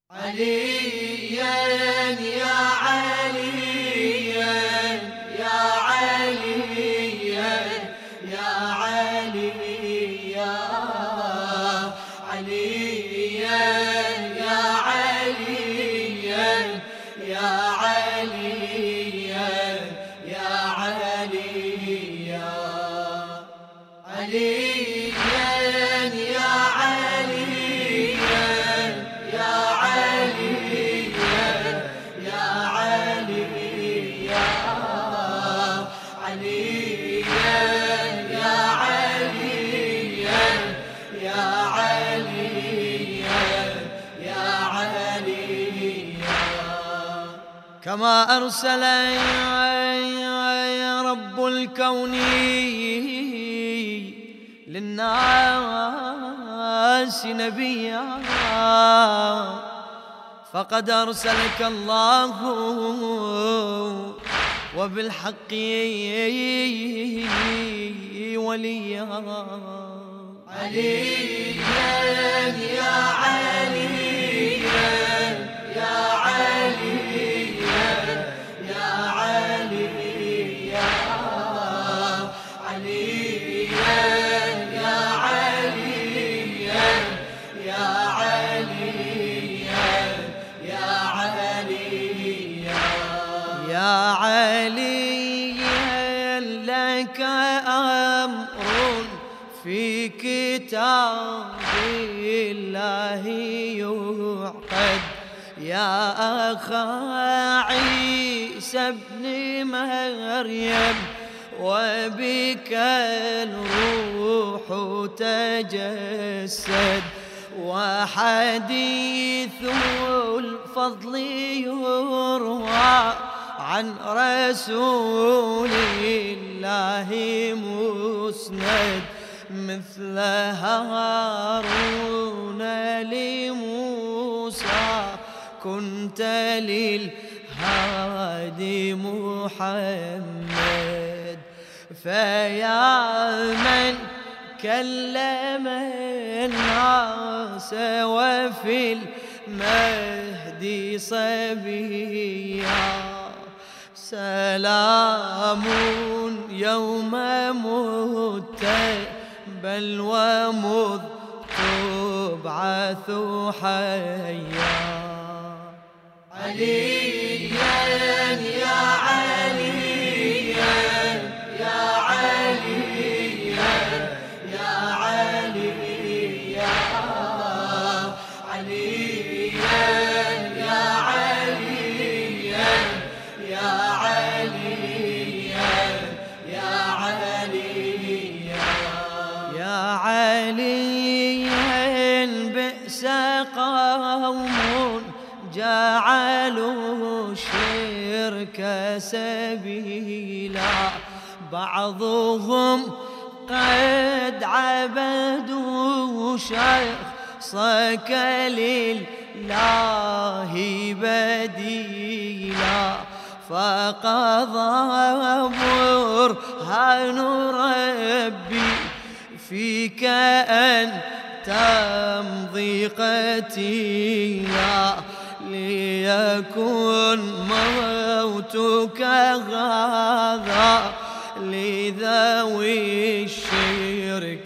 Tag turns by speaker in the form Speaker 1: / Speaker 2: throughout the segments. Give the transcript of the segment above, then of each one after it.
Speaker 1: عليا يا عليا يا عليا يا عليا عليا يا عليا يا عليا يا عليا عليا يا عليا يا عليا يا عليا عليا يا عليا يا عليا يا عليا كما أرسل رب الكون للناس نبيا فقد أرسلك الله وبالحق وليا عليا يا عليا يا عليا يا عليا عليا يا عليا يا عليا يا عليا يا عليا لك أمر في كتاب الله يعقد يا أخا عيسى ابن مريم وبك الروح تجسد وحديث الفضل يروى عن رسول الله مسند مثل هارون لموسى كنت للهادي محمد فيا من كلم الناس وفي المهد صبيا سلام يوم مت بل ومذ تبعث حيا عليا يا عليا يا عليا يا عليا عليا يا عليا يا عليا يا عليا يا عليا بئس قوم جعلوا الشرك سبيلا بعضهم قد عبدوا شخصك لله بديلا فقضى برهان ربي فيك أن تمضي قتيلا ليكن موتك هذا لذوي الشرك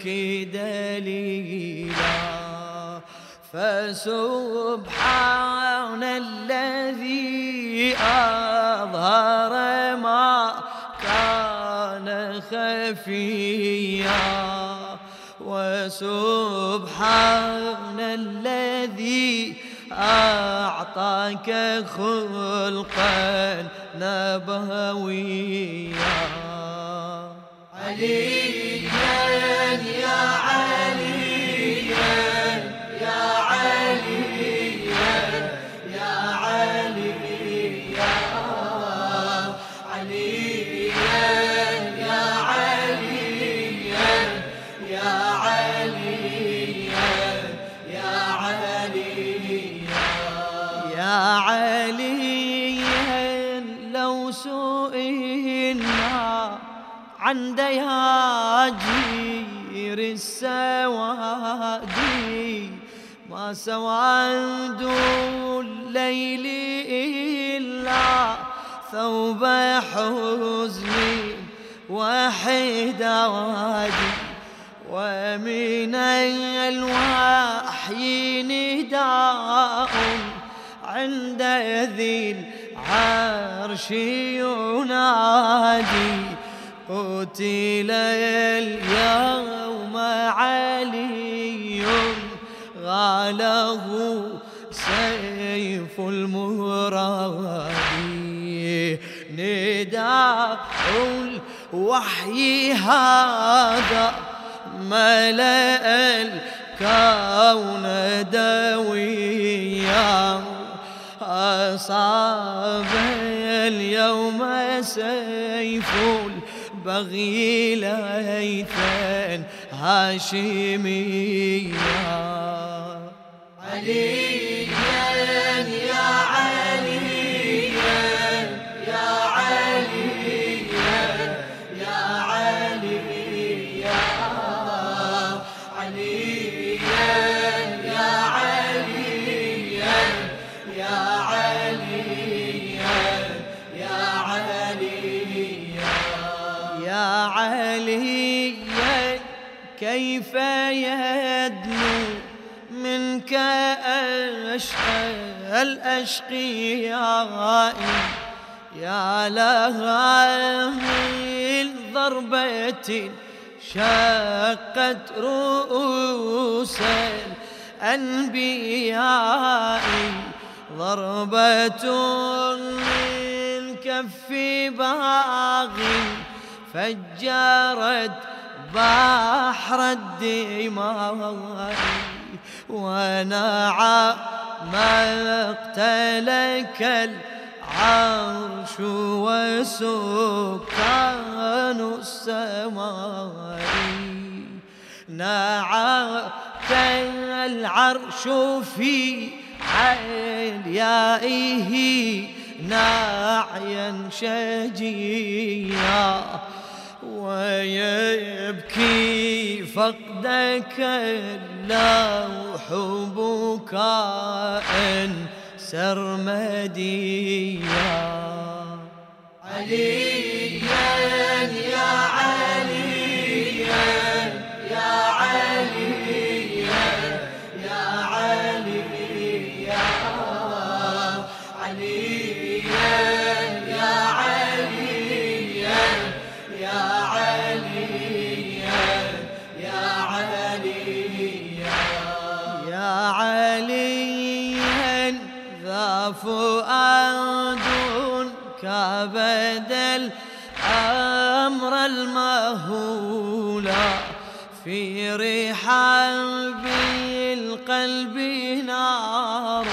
Speaker 1: دليلا فسبحان الذي أظهر ما كان خفيا وسبحان الذي أعطاك خلقا نبويا عليا يا عليا يا عليا يا عليا عليا يا عليا يا عليا يا عليا يا عليا لو سئلنا عن دياجير السوادي ما ما سواد الليل إلا ثوب حزن وحدادي، ومن الوحي نداء عند ذي العرش ينادي، قتل اليوم علي غاله سيف المرادي. نداء الوحي هذا ملأ الكون دويا، أصاب اليوم سيف البغي ليثا هاشميا. عليا يا عليا يا عليا يا عليا عليا يا عليا يا عليا يا عليا يا عليا، كيف يدنو منك أشقى الأشقياء، يا لها من ضربة شقت رؤوس الأنبياء، ضربة من كف باغ فجرت بحر الدماء، ونعى مقتلك العرش وسكان السماء، نعاك العرش في عليائه نعيا شجيا، ويبكي فقدك اللوح بكاء سرمديا. عليا يا عليا يا عليا يا عليا عليا يا عليا يا عليا يا عليا يا عليا، ذا فؤاد كبد الأمر المهولا، في رحاب القلب نار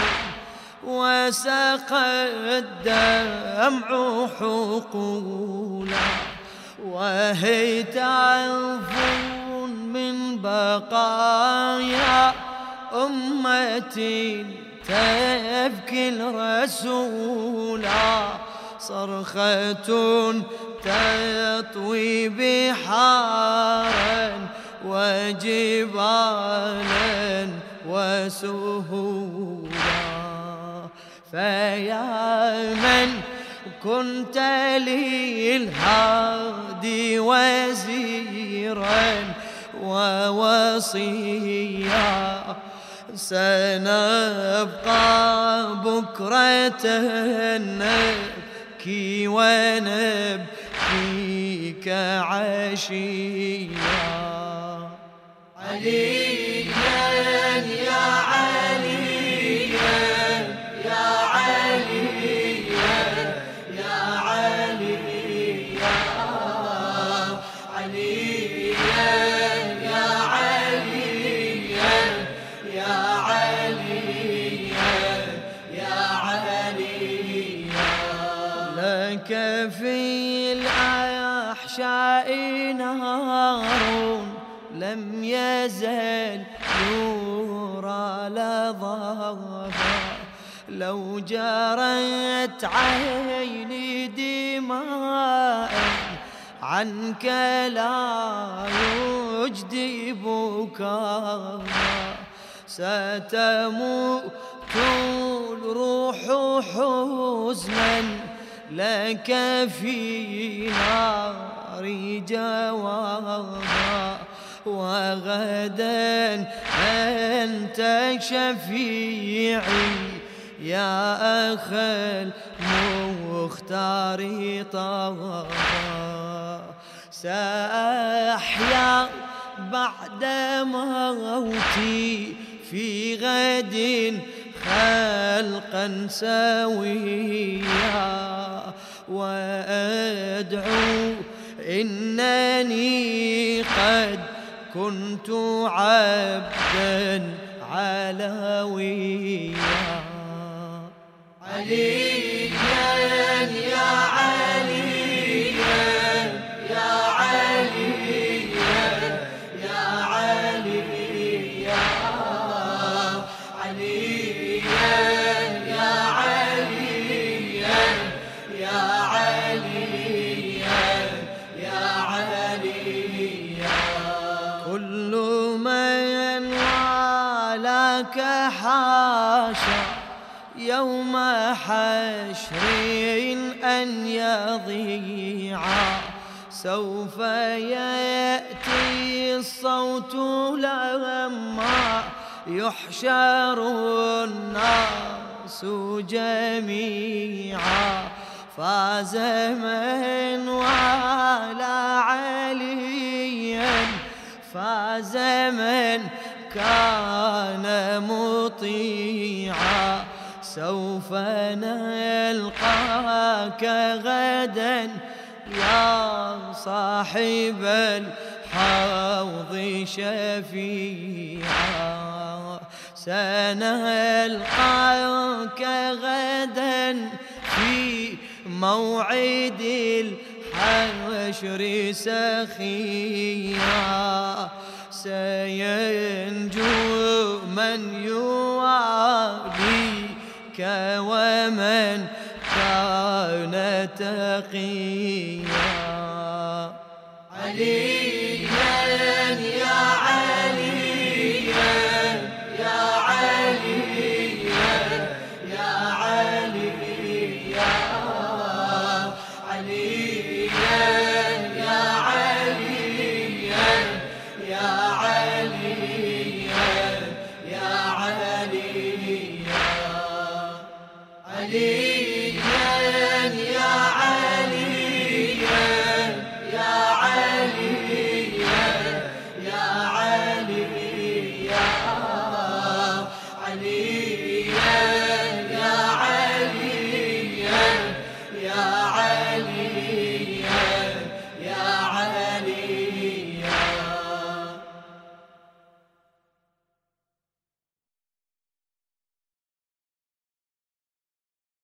Speaker 1: وسقى الدمع حقولا، وهتاف من بقايا أمتي تبكي الرسولا، صرخة تطوي بحارا وجبالا وسهولا، فيا من كنت للهادي وزيرا ووصيا، سنبقى بكرة نبكي ونبكيك عشيا. عليا يا عليا يا عليا يا عليا عليا يا عليا يا عليا يا عليا، لك في الأحشاء نار لم يزل يرى لظاها، لو جرت عيني دماء عنك لا يجدي بكاها، ستموت الروح حزنا لك في نار جوابا، وغدا أنت شفيعي يا أخا المختار طه. سأحيا بعد موتي في غد خلقا سويا، وأدعو إنني قد كنت عبدا علويا. عليا يا عليا يا عليا يا عليا عليا يا عليا يا عليا يا عليا. كل من والاك حاشا يوم حشر أن يضيع، سوف يأتي الصوت لما يحشر الناس جميعا. فاز من والى عليا، فاز من كان مطيعا. سوف نلقاك غدا يا صاحب الحوض شفيعا. سنلقاك غدا في موعد الحشر سخيا. سينجو من يواليك ومن كان تقيا. عليا يا عليا يا عليا يا عليا عليا يا عليا يا عليا يا عليا عليا يا عليا يا عليا يا عليا عليا